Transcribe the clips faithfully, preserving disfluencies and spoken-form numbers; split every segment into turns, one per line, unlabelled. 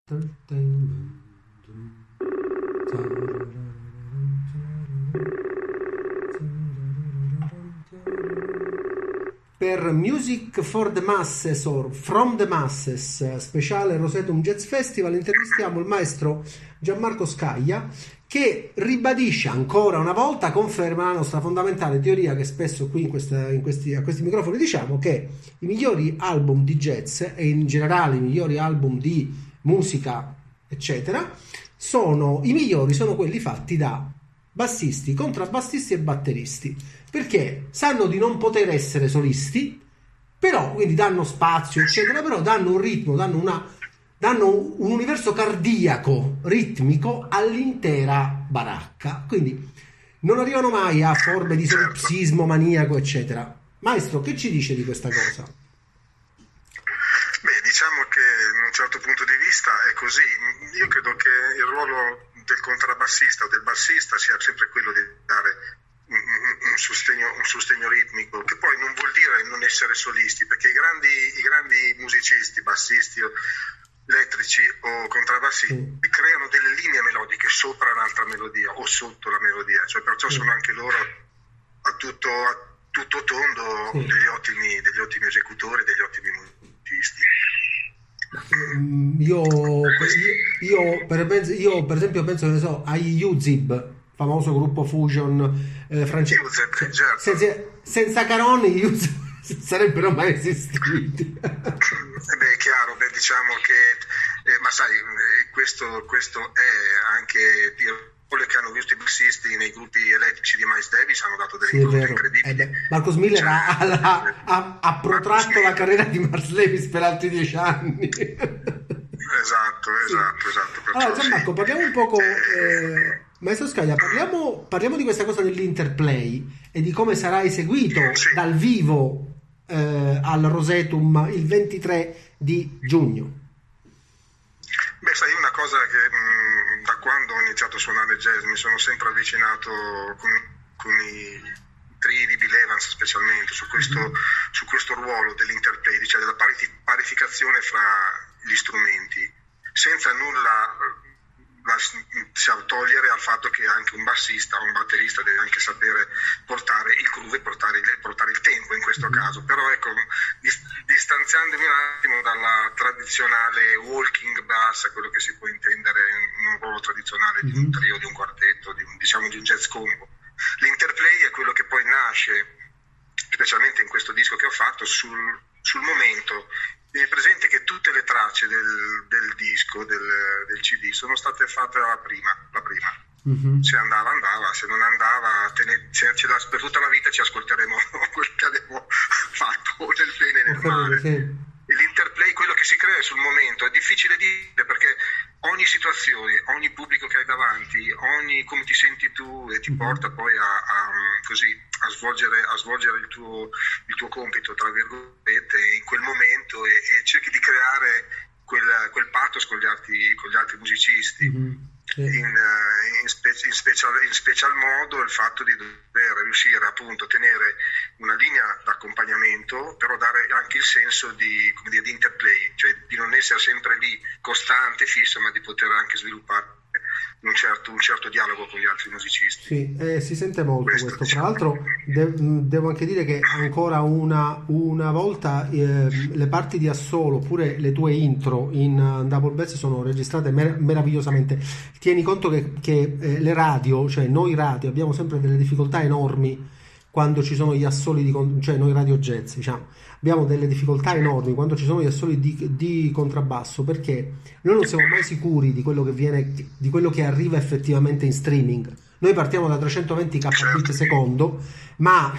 Per Music for the Masses or From the Masses, speciale Rosetum Jazz Festival, intervistiamo il maestro Gianmarco Scaglia, che ribadisce ancora una volta, conferma la nostra fondamentale teoria che spesso qui in questa, in questi, a questi microfoni diciamo, che i migliori album di jazz e in generale i migliori album di musica eccetera sono i migliori sono quelli fatti da bassisti, contrabbassisti e batteristi, perché sanno di non poter essere solisti, però quindi danno spazio eccetera, però danno un ritmo, danno una danno un universo cardiaco, ritmico all'intera baracca, quindi non arrivano mai a forme di solipsismo maniaco eccetera. Maestro, che ci dice di questa cosa?
Beh, diciamo che in un certo punto di vista è così. Io credo che il ruolo del contrabbassista o del bassista sia sempre quello di dare un, un, sostegno, un sostegno ritmico, che poi non vuol dire non essere solisti, perché i grandi, i grandi musicisti, bassisti o elettrici o contrabbassi mm. creano delle linee melodiche sopra un'altra melodia o sotto la melodia, cioè perciò mm. sono anche loro a tutto, a tutto tondo mm. degli ottimi degli ottimi esecutori, degli ottimi musicisti.
Io, io, per, io per esempio penso che so agli U-Zib, famoso gruppo fusion eh, francese, cioè, certo. senza, senza Caroni U-Zib sarebbero mai esistiti.
Eh beh, è chiaro, beh, diciamo che eh, ma sai, questo, questo è anche quello che hanno visto i bassisti nei gruppi elettrici di Miles Davis, hanno dato delle
sì,
impronte incredibili.
Eh Marcos Miller cioè, ha, ha, ha protratto la carriera di Miles Davis per altri dieci anni.
Esatto, esatto, sì. esatto.
Allora Gianmarco, sì. parliamo un poco eh, Maestro Scaglia, parliamo, parliamo di questa cosa dell'interplay e di come sarà eseguito sì. dal vivo eh, al Rosetum il ventitré di giugno.
Beh, sai, una cosa che mh, da quando ho iniziato a suonare jazz mi sono sempre avvicinato con, con i trii di Bill Evans specialmente su questo, mm-hmm. su questo ruolo dell'interplay, cioè della pari- parificazione fra gli strumenti, senza nulla lasciar togliere al fatto che anche un bassista o un batterista deve anche sapere portare il groove e portare, portare il tempo in questo mm-hmm. caso. Però ecco, dist- distanziandomi un attimo dalla tradizionale walking bass, quello che si può intendere in un ruolo tradizionale mm-hmm. di un trio, di un quartetto, di un, diciamo di un jazz combo, l'interplay è quello che poi nasce, specialmente in questo disco che ho fatto, sul, sul momento. Tieni presente che tutte le tracce del, del disco, del, del C D, sono state fatte la prima, la prima. Mm-hmm. Se andava, andava, se non andava, ne, se, ce la, per tutta la vita ci ascolteremo quel che abbiamo fatto, nel bene e nel male. Sì. E l'interplay, quello che si crea sul momento, è difficile dire perché ogni situazione, ogni pubblico che hai davanti, ogni come ti senti tu e ti mm-hmm. porta poi a, a, così, a svolgere, a svolgere il, tuo, il tuo compito, tra virgolette, in quel momento e, e cerchi di creare quel, quel pathos con gli altri, con gli altri musicisti. Mm-hmm. Sì. In, in, spe- in, special, in special modo il fatto di dover riuscire appunto a tenere una linea d'accompagnamento, però dare anche il senso di, come dire, di interplay, cioè di non essere sempre lì costante, fisso, ma di poter anche sviluppare un certo, un certo dialogo con gli altri musicisti.
Sì, eh, si sente molto questo. questo. Tra l'altro de- devo anche dire che ancora una, una volta eh, le parti di assolo oppure le tue intro in uh, double bass sono registrate mer- meravigliosamente. Tieni conto che, che eh, le radio, cioè noi radio, abbiamo sempre delle difficoltà enormi quando ci sono gli assoli di con- cioè noi radio jazz, diciamo, abbiamo delle difficoltà enormi quando ci sono gli assoli di, di contrabbasso, perché noi non siamo mai sicuri di quello che viene, di quello che arriva effettivamente in streaming. Noi partiamo da trecentoventi kbit secondo, ma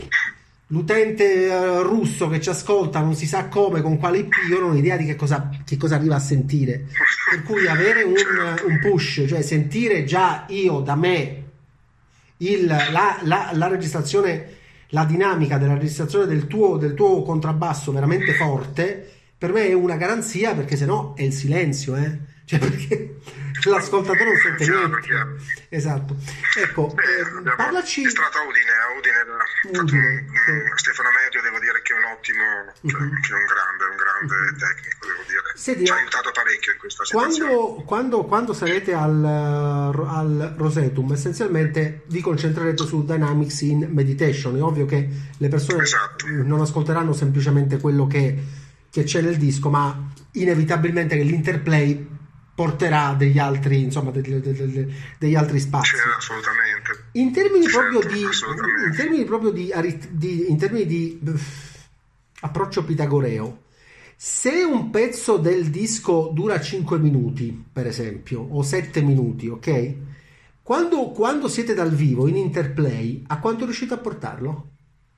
l'utente uh, russo che ci ascolta non si sa come, con quale I P, io non ho idea di che cosa, che cosa arriva a sentire, per cui avere un, un push, cioè sentire già io da me il, la, la, la registrazione, la dinamica della registrazione del tuo, del tuo contrabbasso veramente forte, per me è una garanzia, perché sennò è il silenzio, eh? cioè perché l'ascoltatore non sente niente.
Chiaro.
Esatto. Ecco,
Beh,
eh, parlaci.
È stato a Udine, a Udine, Udine,
Udine
un,
sì.
Stefano Medio, devo dire che è un ottimo, cioè,
uh-huh.
che è un grande, un grande uh-huh. tecnico, devo dire.
Senti,
ci ha aiutato parecchio in questa situazione.
Quando, quando, quando sarete al, al Rosetum, essenzialmente vi concentrerete su Dynamics in Meditation. È ovvio che le persone
esatto.
non ascolteranno semplicemente quello che, che c'è nel disco, ma inevitabilmente che l'interplay porterà degli altri, insomma, degli, degli, degli altri spazi.
C'è, assolutamente.
In termini
certo,
proprio di, in termini proprio di, di, in termini di approccio pitagoreo, se un pezzo del disco dura cinque minuti, per esempio, o sette minuti, ok? Quando, quando siete dal vivo in interplay, a quanto riuscite a portarlo?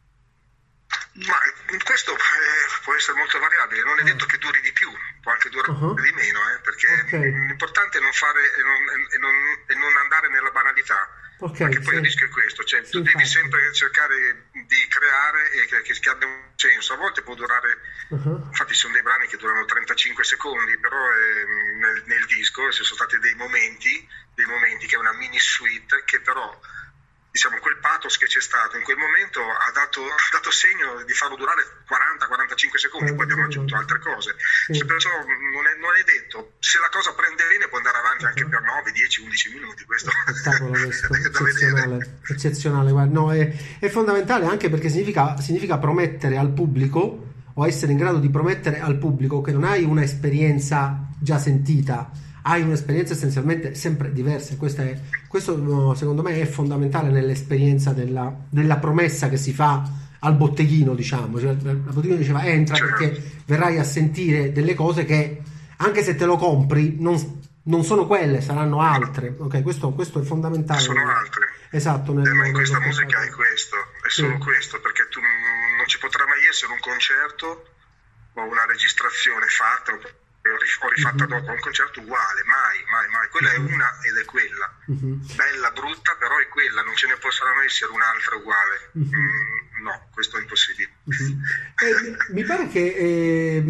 Ma questo eh, può essere molto variabile, non è detto che duri di più, può anche durare uh-huh. di meno, eh, perché okay. l'importante è non fare e non, e non, e non andare nella banalità, okay, perché poi sì. il rischio è questo, cioè sì, tu devi infatti. sempre cercare di creare e che, che abbia un senso. A volte può durare, uh-huh. infatti ci sono dei brani che durano trentacinque secondi, però eh, nel, nel disco ci sono stati dei momenti, dei momenti che è una mini suite che però, diciamo, quel pathos che c'è stato in quel momento ha dato, ha dato segno di farlo durare quaranta quarantacinque secondi, poi abbiamo aggiunto altre cose. Sì. Cioè, perciò non è, non è detto, se la cosa prende bene può andare avanti uh-huh. anche per nove, dieci, undici minuti. Questo,
questo. è eccezionale, eccezionale. Guarda, no, è, è fondamentale anche perché significa, significa promettere al pubblico, o essere in grado di promettere al pubblico che non hai un'esperienza già sentita, hai un'esperienza essenzialmente sempre diversa. Questo, è, questo secondo me è fondamentale nell'esperienza della, della promessa che si fa al botteghino, diciamo. Cioè, la botteghino diceva entra perché verrai a sentire delle cose che anche se te lo compri non, non sono quelle, saranno altre. Ok, questo, questo è fondamentale.
Sono altre.
Esatto. Nel,
eh, ma in questa musica hai questo, è solo sì. questo, perché tu non ci potrà mai essere un concerto o una registrazione fatta ho rifatta uh-huh. dopo un concerto uguale, mai, mai, mai. Quella uh-huh. è una ed è quella. Uh-huh. Bella, brutta, però è quella, non ce ne possono essere un'altra uguale. Uh-huh. Mm, no, questo è impossibile.
Uh-huh. Eh, mi pare che eh,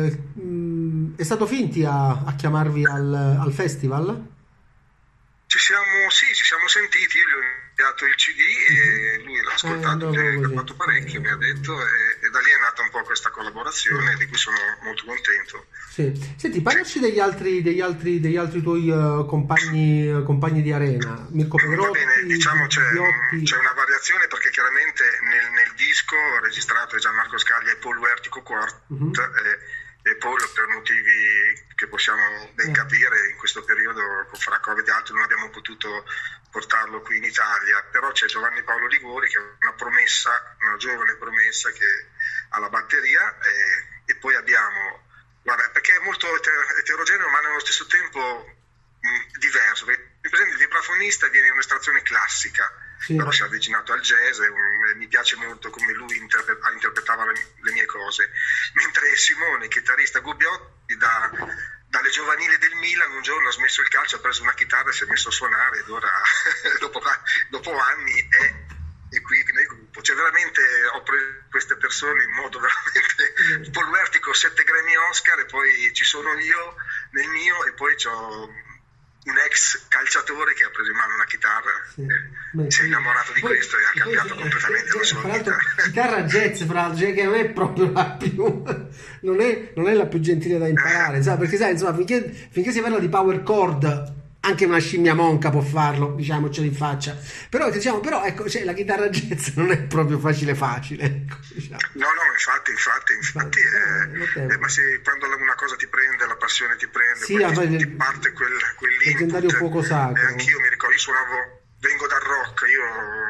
eh, è stato Finti a, a chiamarvi al, al festival?
Ci siamo, sì, ci siamo sentiti, io gli ho inviato il C D e lui l'ha ascoltato, eh, mi ha fatto parecchio, mi ha detto, e, e da lì è nata un po' questa collaborazione, sì. di cui sono molto contento.
Sì. Senti, parlaci degli altri, degli altri, degli altri tuoi uh, compagni, uh, compagni di arena, Mirko Pedrotti.
Va bene, diciamo c'è, c'è una variazione perché chiaramente nel, nel disco registrato è Gianmarco Scaglia e Paul Vertico Quart, uh-huh. e, e Paul per motivi che possiamo ben capire in questo periodo fra Covid e altro non abbiamo potuto portarlo qui in Italia, però c'è Giovanni Paolo Ligori che è una promessa, una giovane promessa che ha la batteria e, e poi abbiamo, guarda, perché è molto eterogeneo ma nello stesso tempo mh, diverso, perché per esempio il vibrafonista viene in un'estrazione classica, sì. però si è avvicinato al jazz e um, mi piace molto come lui interpre- interpretava le, le mie cose, mentre Simone, chitarrista Gubbiotti, da, dalle giovanili del Milan un giorno ha smesso il calcio, ha preso una chitarra e si è messo a suonare ed ora dopo, dopo anni è, è qui nel gruppo. Cioè veramente ho preso queste persone in modo veramente mm. Paul Vertico, sette Grammy Oscar e poi ci sono io nel mio e poi c'ho un ex calciatore che ha preso in mano una chitarra, sì. Beh, si è innamorato di poi, questo e ha cambiato poi, completamente eh, la sua vita.
Chitarra jazz, fra l'altro, cioè che non è proprio la più non è, non è la più gentile da imparare, eh. sai, perché sai, insomma, finché, finché si parla di power chord anche una scimmia monca può farlo, diciamocelo in faccia, però diciamo, però ecco, cioè, la chitarra jazz non è proprio facile facile, ecco, diciamo.
no no infatti infatti infatti, infatti eh, eh, ma se quando una cosa ti prende, la passione ti prende, sì, poi ti, ti parte quel, quell'input,
leggendario fuoco sacro.
E anch'io mi ricordo, io suonavo, vengo dal rock, io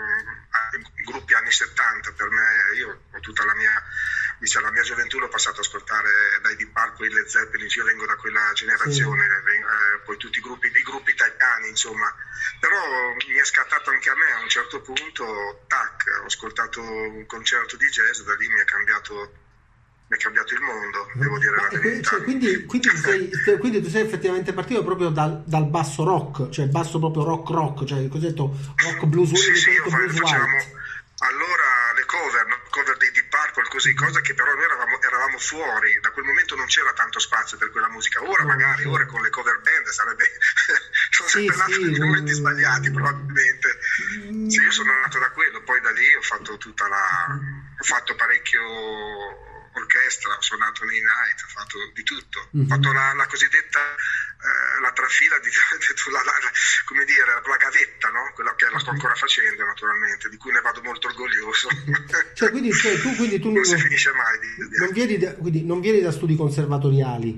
gruppi anni settanta, per me, io ho tutta la mia, diciamo, la mia gioventù l'ho passato a ascoltare dai Deep Purple, i Led Zeppelin, io vengo da quella generazione, sì. vengo, eh, poi tutti i gruppi, i gruppi italiani, insomma, però mi è scattato anche a me a un certo punto, tac, ho ascoltato un concerto di jazz, da lì mi è cambiato, mi è cambiato il mondo, devo dire la verità.
Cioè, quindi, quindi, tu sei, quindi tu sei effettivamente partito proprio dal, dal basso rock, cioè basso proprio rock rock, cioè il cosiddetto rock blues,
sì, sì, io
blues
facciamo, allora le cover, no? Cover dei Deep Purple, così, cosa che però noi eravamo, eravamo fuori, da quel momento non c'era tanto spazio per quella musica. Ora
No,
magari,
sì.
ora con le cover band sarebbe sono
Sì,
sempre nato
sì,
nei momenti
mm,
sbagliati probabilmente. Sì, io sono nato da quello, poi da lì ho fatto tutta la ho fatto parecchio orchestra, ho suonato nei night, ho fatto di tutto, ho
Mhm.
fatto la, la cosiddetta eh, la trafila di la, la, la- come dire, la gavetta, no? Quella che la sto ancora facendo naturalmente, di cui ne vado molto orgoglioso.
Cioè, quindi, cioè, tu, quindi tu
Non si
non,
finisce mai di, di-
non vieni da, quindi non vieni da studi conservatoriali.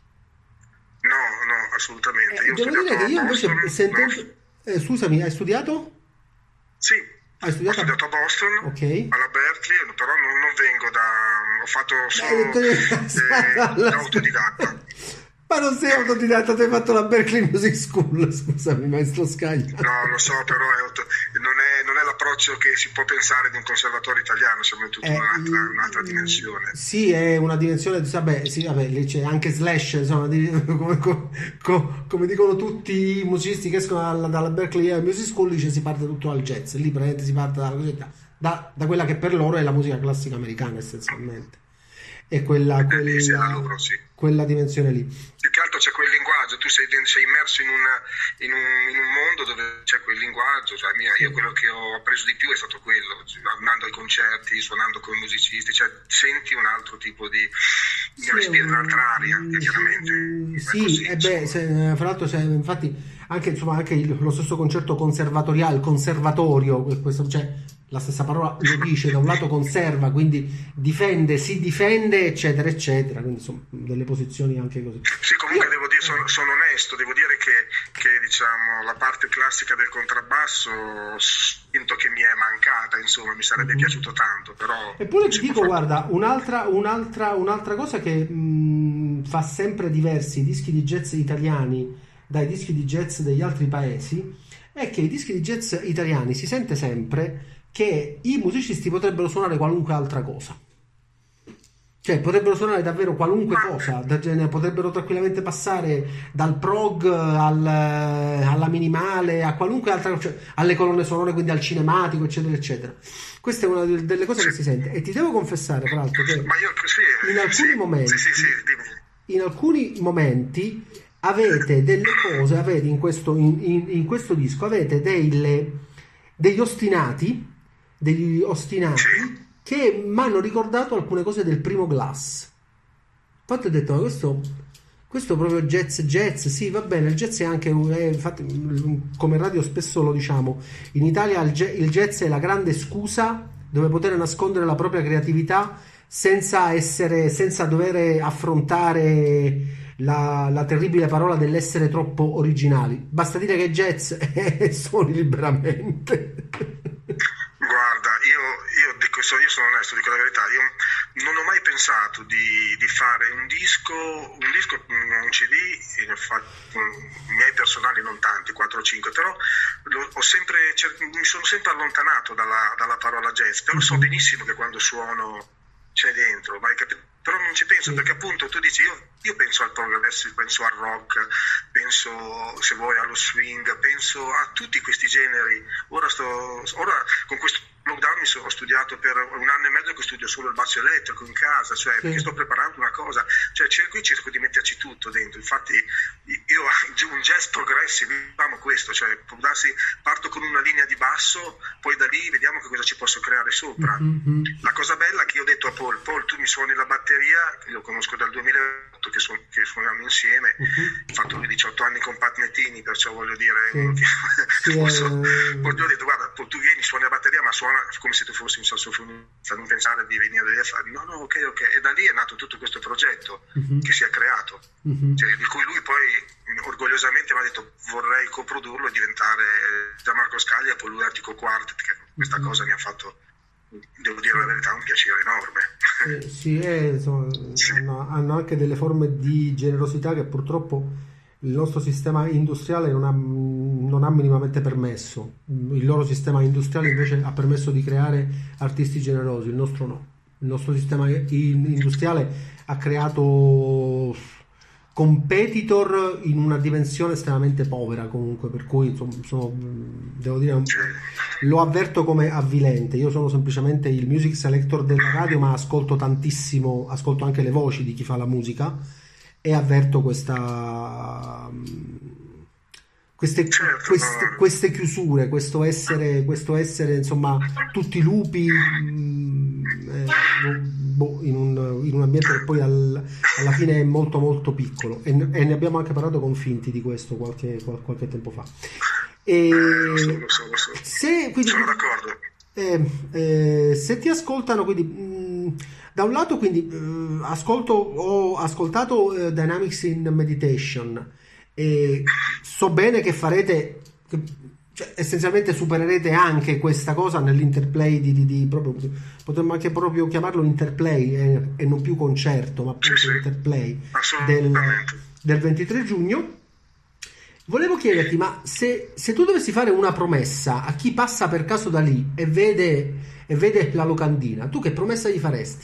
No, no, assolutamente.
Eh,
Io ho
devo
studiato
dire che
a
io invece
Boston,
sentendo... eh, scusami, hai studiato?
sì,
Hai
ho
studiato?
studiato a Boston,
Ok.
alla Berkeley, però non, non vengo da... ho fatto
Beh,
solo
te-
eh, da autodidatta.
Ma non sei autodidatta, tu hai fatto la Berkeley Music School, scusami, maestro Scaglia.
No, lo so, però è auto- non, è, non è l'approccio che si può pensare di un conservatorio italiano, siamo in tutta
Eh,
un'altra,
mm,
un'altra dimensione.
Sì, è una dimensione, vabbè, sì, vabbè, lì c'è anche Slash, insomma, di- come, co- co- come dicono tutti i musicisti che escono dalla, dalla Berkeley Music School, dice si parte tutto dal jazz, lì praticamente si parte dalla cosetta, da, da quella che per loro è la musica classica americana essenzialmente, è quella,
Eh, lì sì, è la
quella,
loro, sì.
quella dimensione lì.
Più che altro c'è quel linguaggio, tu sei, sei immerso in, una, in, un, in un mondo dove c'è quel linguaggio, cioè mia, io quello che ho appreso di più è stato quello, cioè, andando ai concerti, suonando con i musicisti, cioè senti un altro tipo di, di
Sì,
respiro, un'altra aria,
mm,
che chiaramente
mm,
è
sì,
così,
e beh,
insomma.
se- fra l'altro, cioè, infatti, anche, insomma, anche il- lo stesso concetto conservatoriale, conservatorio, questo, cioè, la stessa parola lo dice, da un lato conserva, quindi difende, si difende, eccetera, eccetera, quindi insomma, delle posizioni anche così.
Sì, comunque
Io,
devo dire, sono, sono onesto, devo dire che, che diciamo, la parte classica del contrabbasso sento che mi è mancata, insomma, mi sarebbe
Mhm.
piaciuto tanto, però
Eppure
non
ti
si può
dico,
fare
guarda,
tutto.
un'altra, un'altra, un'altra cosa che mh, fa sempre diversi i dischi di jazz italiani dai dischi di jazz degli altri paesi è che i dischi di jazz italiani si sente sempre che i musicisti potrebbero suonare qualunque altra cosa. Cioè, potrebbero suonare davvero qualunque
Ma
cosa, da genere- potrebbero tranquillamente passare dal prog al- alla minimale a qualunque altra cosa, cioè, alle colonne sonore, quindi al cinematico, eccetera, eccetera. Questa è una del- delle cose
sì,
che si sente. E ti devo confessare, tra l'altro, che
ma io sì,
in
sì,
alcuni
sì,
momenti,
sì, sì, dimmi.
in alcuni momenti avete delle cose, avete in questo, in, in- in questo disco, avete delle, degli ostinati, degli ostinati
Sì,
che mi hanno ricordato alcune cose del primo Glass. Infatti ho detto, ma questo, questo è proprio jazz, jazz, sì, va bene, il jazz è anche, è, infatti, come radio spesso lo diciamo, in Italia il, ja- il jazz è la grande scusa dove poter nascondere la propria creatività senza essere, senza dover affrontare la, la terribile parola dell'essere troppo originali. Basta dire che jazz e suoni liberamente.
guarda, io, io dico, so- io sono onesto, dico la verità, io non ho mai pensato di, di fare un disco, un disco, mm, un C D, e ne ho fatto, mm, i miei personali non tanti, quattro o cinque, però lo- ho sempre, cer- mi sono sempre allontanato dalla, dalla parola jazz, però so
Mhm.
benissimo che quando suono c'è dentro, ma hai capito? Però non ci penso
Sì.
perché appunto tu dici io, io penso al progressive, penso al rock, penso se vuoi allo swing, penso a tutti questi generi. Ora sto ora con questo lockdown mi sono ho studiato per un anno e mezzo che studio solo il basso elettrico in casa, cioè
Sì.
perché sto preparando una cosa, cioè cerco, io cerco di metterci tutto dentro. Infatti io un jazz progressive amo questo, cioè può darsi parto con una linea di basso, poi da lì vediamo che cosa ci posso creare sopra.
Mhm.
La cosa bella è che io ho detto a Paul, Paul tu mi suoni la batteria, lo conosco dal duemilaotto che, suon- che suoniamo insieme,
Mhm.
ho fatto lui diciotto anni con Pat Metheny, perciò voglio dire,
Sì.
uno che
Sì,
posso,
eh,
poi gli ho detto guarda Paul, tu vieni, suoni la batteria ma suona come se tu fossi un sassofonista, non pensare di venire lì a fare, no no ok ok, e da lì è nato tutto questo progetto
Mhm.
che si è creato,
Mhm.
cioè, di cui lui poi mh, orgogliosamente mi ha detto vorrei coprodurlo e diventare Gianmarco Scaglia e poi lui Artico Quartet, che questa
Mhm.
cosa mi ha fatto, devo dire la verità, un piacere enorme.
Eh, sì, eh, insomma,
Sì.
hanno, hanno anche delle forme di generosità che purtroppo il nostro sistema industriale non ha, non ha minimamente permesso. Il loro sistema industriale invece ha permesso di creare artisti generosi, il nostro no. Il nostro sistema in- industriale ha creato competitor in una dimensione estremamente povera comunque, per cui insomma, sono, devo dire, lo avverto come avvilente. Io sono semplicemente il music selector della radio, ma ascolto tantissimo, ascolto anche le voci di chi fa la musica e avverto questa queste,
certo,
queste,
no.
queste chiusure, questo essere, questo essere insomma tutti lupi mh, eh, boh, in, un, in un ambiente che poi al, alla fine è molto molto piccolo, e, e ne abbiamo anche parlato con Finti di questo qualche, qual, qualche tempo fa. E
eh, lo so, lo so, lo so.
Se, quindi,
sono d'accordo.
Eh, eh, se ti ascoltano, quindi mh, da un lato, quindi eh, ascolto, ho ascoltato eh, Dynamics in Meditation, e so bene che farete, che, cioè, essenzialmente supererete anche questa cosa nell'interplay di, di, di proprio, potremmo anche proprio chiamarlo interplay e, e non più concerto, ma appunto
sì, sì.
interplay del, del ventitré giugno. Volevo chiederti, ma se, se tu dovessi fare una promessa a chi passa per caso da lì e vede, e vede la locandina, tu che promessa gli faresti?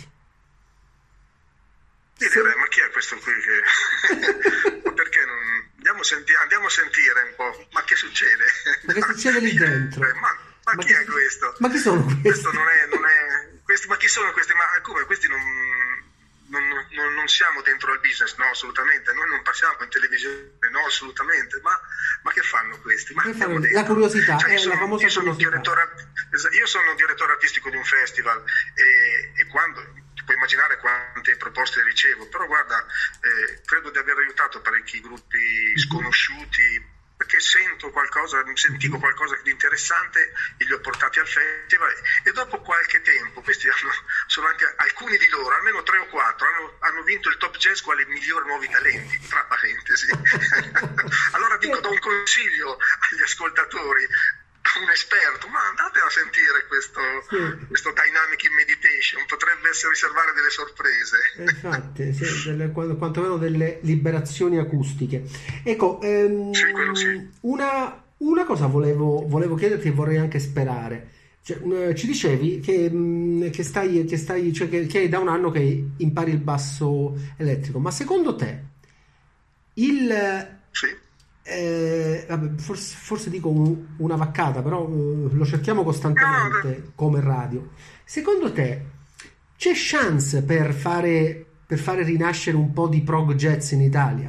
Io
Se...
direi, ma chi è questo qui che... ma perché non... Andiamo a, senti... Andiamo a sentire un po', ma che succede?
Ma che succede lì dentro?
ma, ma,
ma
chi
che...
è questo?
Ma chi sono questi?
Questo non è... Non è... Questi... Ma chi sono questi? Ma come? Questi non... Non, non, non siamo dentro al business, no, assolutamente. Noi non passiamo in televisione, no, assolutamente. Ma, ma che fanno questi? Ma
fanno? La curiosità, cioè, è sono, la famosa
io sono
curiosità.
Direttore, io sono direttore artistico di un festival e, e quando puoi immaginare quante proposte ricevo, però guarda, eh, credo di aver aiutato parecchi gruppi sconosciuti, perché sento qualcosa, sentivo qualcosa di interessante e li ho portati al festival, e dopo qualche tempo questi hanno, sono anche alcuni di loro, almeno tre o quattro, hanno, hanno vinto il Top Jazz quale miglior nuovi talenti, tra parentesi. Allora dico, do un consiglio agli ascoltatori, un esperto, ma andate a sentire questo, sì. questo Dynamic in Meditation, potrebbe essere riservare delle sorprese.
Infatti, sì, delle, quantomeno delle liberazioni acustiche. Ecco, ehm,
sì, quello sì.
una, una cosa volevo, volevo chiederti e vorrei anche sperare. Cioè, ci dicevi che, che stai, che stai cioè che, che è da un anno che impari il basso elettrico, ma secondo te il...
Sì.
Eh, vabbè, forse, forse dico un, una vaccata, però uh, lo cerchiamo costantemente no, come radio. Secondo te c'è chance per fare, per fare rinascere un po' di prog jazz in Italia?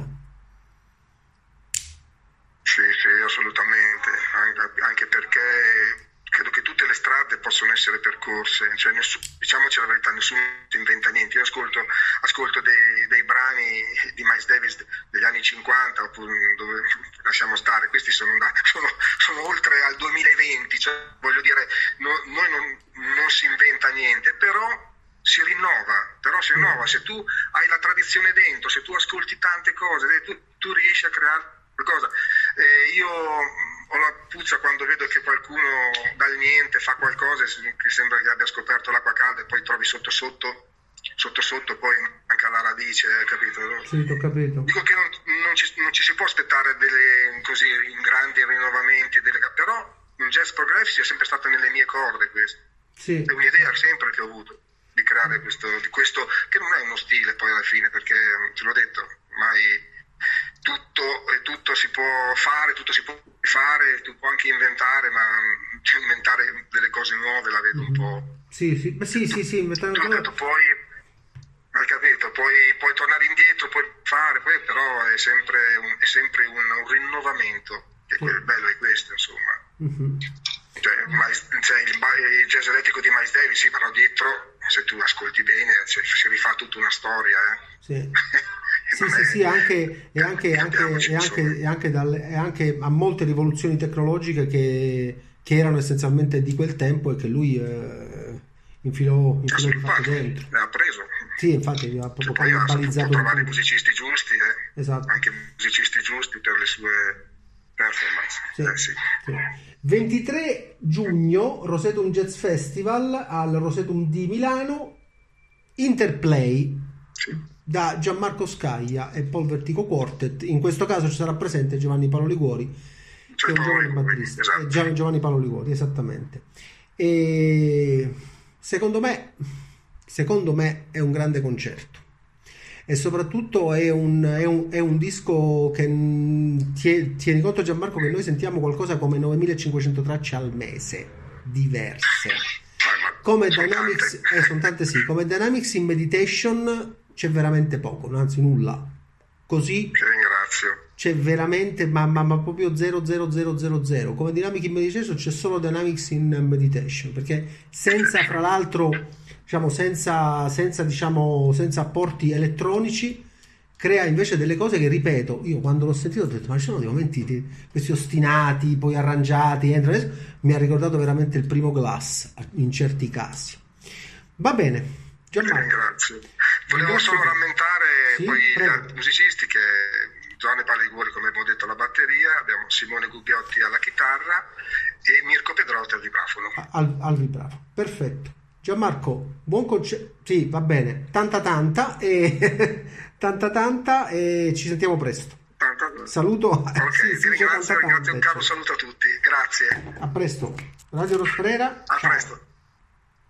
Sì, sì, assolutamente, anche, anche perché credo che tutte le strade possono essere percorse, cioè nessuno, diciamoci la verità, nessuno inventa niente. Io ascolto, ascolto dei, dei brani di Miles Davis degli anni cinquanta, oppure dove lasciamo stare, questi sono, da, sono, sono oltre al duemilaventi, cioè voglio dire, no, noi non, non si inventa niente, però si rinnova, però si rinnova, se tu hai la tradizione dentro, se tu ascolti tante cose, tu, tu riesci a creare qualcosa. Eh, io ho la puzza quando vedo che qualcuno dal niente fa qualcosa che sembra che abbia scoperto l'acqua calda e poi trovi sotto sotto sotto sotto poi anche alla radice, capito?
Sì, ho capito.
Dico che non, non, ci, non ci si può aspettare delle così in grandi rinnovamenti delle, però un jazz progressive è sempre stato nelle mie corde questo.
Sì.
È un'idea sempre che ho avuto di creare questo, di questo che non è uno stile poi alla fine, perché te l'ho detto, mai tutto, tutto si può fare, tutto si può fare, tu puoi anche inventare, ma inventare delle cose nuove la vedo un po'.
Sì, sì, sì, sì, sì, inventare
tu detto, poi hai capito, poi puoi tornare indietro, puoi fare, poi però è sempre un, è sempre un, un rinnovamento, che quel bello è questo, insomma. Mm-hmm. Cioè, cioè il, il jazz elettrico di Miles Davis, sì, però dietro, se tu ascolti bene, cioè, si rifà tutta una storia, eh.
Sì. Sì, sì, sì, anche, e anche, anche, e anche, e anche, dalle, e anche a molte rivoluzioni tecnologiche che, che erano essenzialmente di quel tempo e che lui eh, infilò, infilò il fatto dentro.
Ne ha preso.
Sì, infatti ha proprio
cioè,
cannibalizzato.
Poi ha trovare i musicisti giusti, eh.
Esatto.
Anche musicisti giusti per le sue performance.
Sì,
eh, sì.
Sì. ventitré giugno, Rosetum Jazz Festival al Rosetum di Milano, Interplay.
Sì.
Da Gianmarco Scaglia e Paul Vertigo Quartet. In questo caso ci sarà presente Giovanni Paolo Liguori, che è un giovane batterista. Esatto. Giovanni Paolo Liguori, esattamente. E secondo me, secondo me è un grande concerto. e soprattutto è un, è un, è un disco che mh, tie- tieni conto Gianmarco che noi sentiamo qualcosa come novemilacinquecento tracce al mese diverse. Come
sono
Dynamics,
tante.
eh, sono tante sì, come Dynamics in Meditation c'è veramente poco, anzi nulla. Così
Ti ringrazio.
c'è veramente, ma, ma, ma proprio zero zero zero zero zero. Come Dynamics in Meditation c'è solo Dynamics in Meditation, perché senza, fra l'altro, diciamo, senza, senza, diciamo, senza apporti elettronici, crea invece delle cose che, ripeto, io quando l'ho sentito ho detto, ma ci sono dei momenti di- questi ostinati, poi arrangiati, entrano, mi ha ricordato veramente il primo Glass, in certi casi. Va bene,
Ti
Gianmarco.
ringrazio. Volevo
Grazie
solo
a te.
rammentare
Sì,
poi
prego.
gli musicisti che Giovanni Palliguri, come abbiamo detto, alla batteria, abbiamo Simone Gubbiotti alla chitarra e Mirko Pedrotti al vibrafono.
Al, al vibrato, perfetto. Gianmarco, buon concerto. Sì, va bene, tanta tanta e tanta tanta e ci sentiamo presto.
Tanta-
Saluto.
Ok,
Sì,
ti
sì, c'è
ringrazio,
tanta
grazie, un
tanta,
caro
cioè.
saluto a tutti, grazie,
A presto. Radio Rosprera.
a
Ciao.
presto.